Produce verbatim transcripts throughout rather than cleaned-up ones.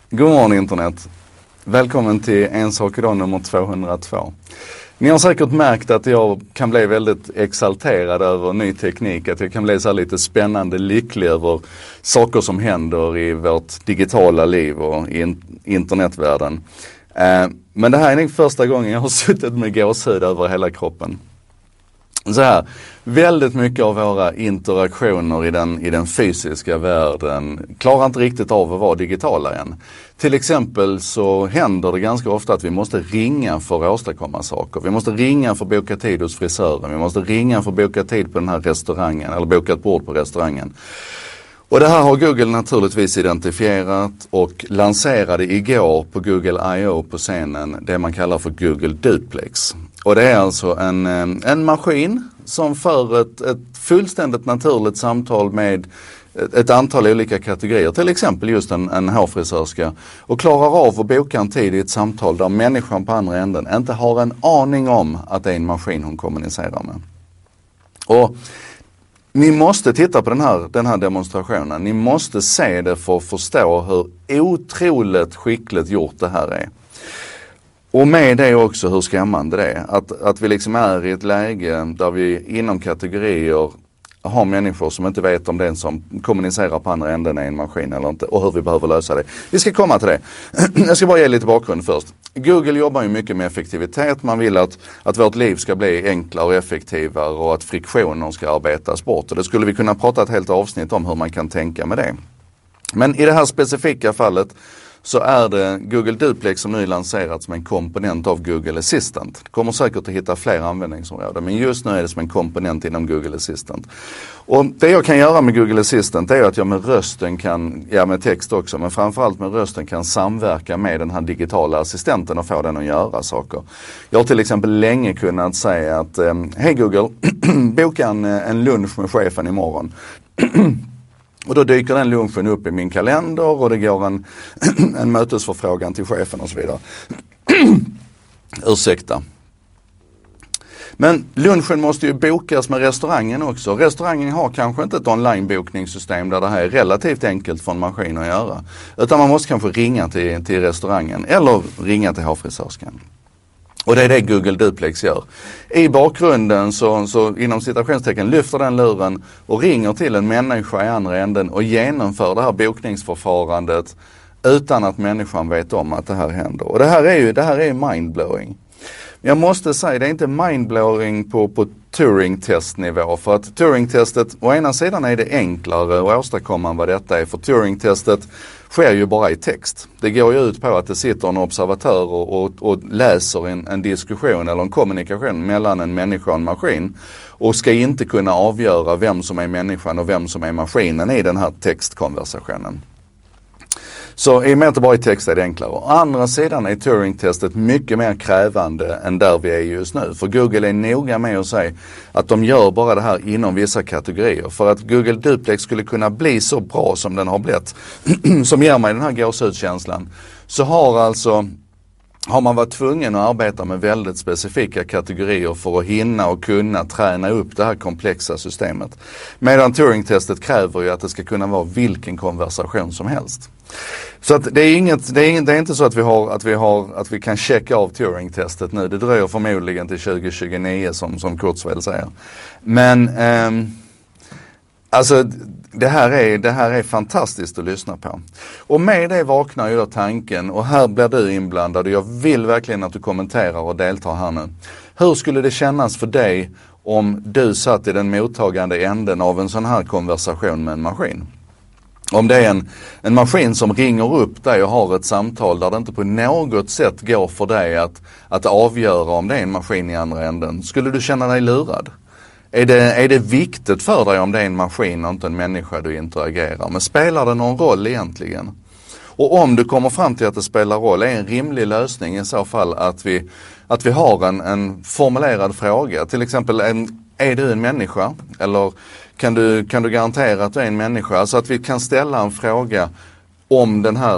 God morgon internet. Välkommen till En sak idag nummer tvåhundratvå. Ni har säkert märkt att jag kan bli väldigt exalterad över ny teknik. Att jag kan bli så här lite spännande lycklig över saker som händer i vårt digitala liv och i internetvärlden. Eh, men det här är nog första gången jag har suttit med gåshud över hela kroppen. Så här, väldigt mycket av våra interaktioner i den, i den fysiska världen klarar inte riktigt av att vara digitala än. Till exempel så händer det ganska ofta att vi måste ringa för att åstadkomma saker. Vi måste ringa för att boka tid hos frisören. Vi måste ringa för att boka tid på den här restaurangen eller boka ett bord på restaurangen. Och det här har Google naturligtvis identifierat och lanserade igår på Google I O på scenen det man kallar för Google Duplex. Och det är alltså en, en maskin som för ett, ett fullständigt naturligt samtal med ett, ett antal olika kategorier. Till exempel just en, en hårfrisörska. Och klarar av att boka en tid i ett samtal där människan på andra änden inte har en aning om att det är en maskin hon kommunicerar med. Och ni måste titta på den här, den här demonstrationen. Ni måste se det för att förstå hur otroligt skickligt gjort det här är. Och med det också hur skrämmande det är. Att, att vi liksom är i ett läge där vi inom kategorier har människor som inte vet om den som kommunicerar på andra änden är en maskin eller inte. Och hur vi behöver lösa det. Vi ska komma till det. Jag ska bara ge lite bakgrund först. Google jobbar ju mycket med effektivitet. Man vill att, att vårt liv ska bli enklare och effektivare och att friktioner ska arbetas bort. Och det skulle vi kunna prata ett helt avsnitt om hur man kan tänka med det. Men i det här specifika fallet så är det Google Duplex som nu lanserats som en komponent av Google Assistant. Det kommer säkert att hitta fler användningsområden, men just nu är det som en komponent inom Google Assistant. Och det jag kan göra med Google Assistant är att jag med rösten kan, ja med text också, men framförallt med rösten kan samverka med den här digitala assistenten och få den att göra saker. Jag har till exempel länge kunnat säga att hej Google, boka en, en lunch med chefen imorgon. Och då dyker den lunchen upp i min kalender och det går en, en mötesförfrågan till chefen och så vidare. Ursäkta. Men lunchen måste ju bokas med restaurangen också. Restaurangen har kanske inte ett online-bokningssystem där det här är relativt enkelt för en maskin att göra. Utan man måste kanske ringa till, till restaurangen eller ringa till hårfrisörskan. Och det är det Google Duplex gör. I bakgrunden så, så inom citationstecken lyfter den luren och ringer till en människa i andra änden och genomför det här bokningsförfarandet utan att människan vet om att det här händer. Och det här är ju, det här är mindblowing. Jag måste säga, det är inte mindblowing på, på Turing-testnivå. För att Turing-testet, å ena sidan är det enklare att åstadkomma vad detta är. För Turing-testet sker ju bara i text. Det går ju ut på att det sitter en observatör och, och, och läser en, en diskussion eller en kommunikation mellan en människa och en maskin. Och ska inte kunna avgöra vem som är människan och vem som är maskinen i den här textkonversationen. Så i och med att det bara är text är det enklare. Å andra sidan är Turing-testet mycket mer krävande än där vi är just nu. För Google är noga med att säga att de gör bara det här inom vissa kategorier. För att Google Duplex skulle kunna bli så bra som den har blivit, som ger mig den här gåshudskänslan, så har alltså har man varit tvungen att arbeta med väldigt specifika kategorier för att hinna och kunna träna upp det här komplexa systemet. Medan Turing-testet kräver ju att det ska kunna vara vilken konversation som helst. Så att det är inget, det är inget, det är inte så att vi har, att vi har, att vi kan checka av Turing-testet nu. Det dröjer förmodligen till tjugo tjugonio som, som Kurzweil säger. Men, ehm, alltså det här, är, det här är fantastiskt att lyssna på. Och med det vaknar ju då tanken, och här blir du inblandad och jag vill verkligen att du kommenterar och deltar här nu. Hur skulle det kännas för dig om du satt i den mottagande änden av en sån här konversation med en maskin? Om det är en, en maskin som ringer upp dig och har ett samtal där det inte på något sätt går för dig att, att avgöra om det är en maskin i andra änden. Skulle du känna dig lurad? Är det, är det viktigt för dig om det är en maskin och inte en människa du interagerar med? Spelar det någon roll egentligen? Och om du kommer fram till att det spelar roll, är en rimlig lösning i så fall att vi, att vi har en, en formulerad fråga. Till exempel, en, är du en människa? Eller kan du, kan du garantera att du är en människa? Alltså att vi kan ställa en fråga om den här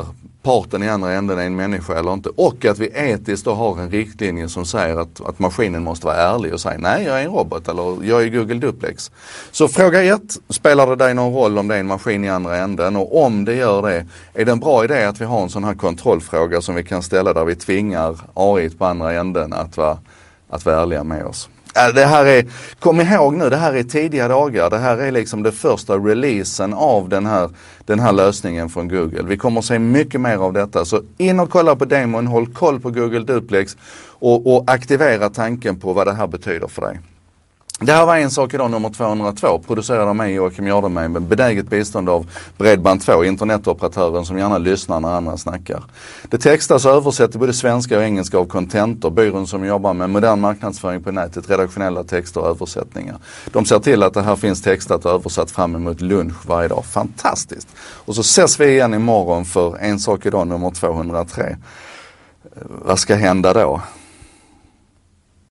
parten i andra änden är en människa eller inte. Och att vi etiskt då har en riktlinje som säger att, att maskinen måste vara ärlig och säga nej, jag är en robot eller jag är Google Duplex. Så fråga ett, spelar det dig någon roll om det är en maskin i andra änden? Och om det gör det, är det en bra idé att vi har en sån här kontrollfråga som vi kan ställa där vi tvingar A I på andra änden att vara, att vara ärliga med oss? Det här är, kom ihåg nu, det här är tidiga dagar. Det här är liksom det första releasen av den här, den här lösningen från Google. Vi kommer att se mycket mer av detta. Så in och kolla på demon, håll koll på Google Duplex och, och aktivera tanken på vad det här betyder för dig. Det här var En sak idag nummer tvåhundratvå, producerad av mig Joakim Jardenberg med benäget bistånd av Bredband två, internetoperatören som gärna lyssnar när andra snackar. Det textas och översätts till både svenska och engelska av Contentor, byrån som jobbar med modern marknadsföring på nätet, redaktionella texter och översättningar. De ser till att det här finns textat och översatt fram emot lunch varje dag. Fantastiskt! Och så ses vi igen imorgon för En sak idag nummer tvåhundratre. Vad ska hända då?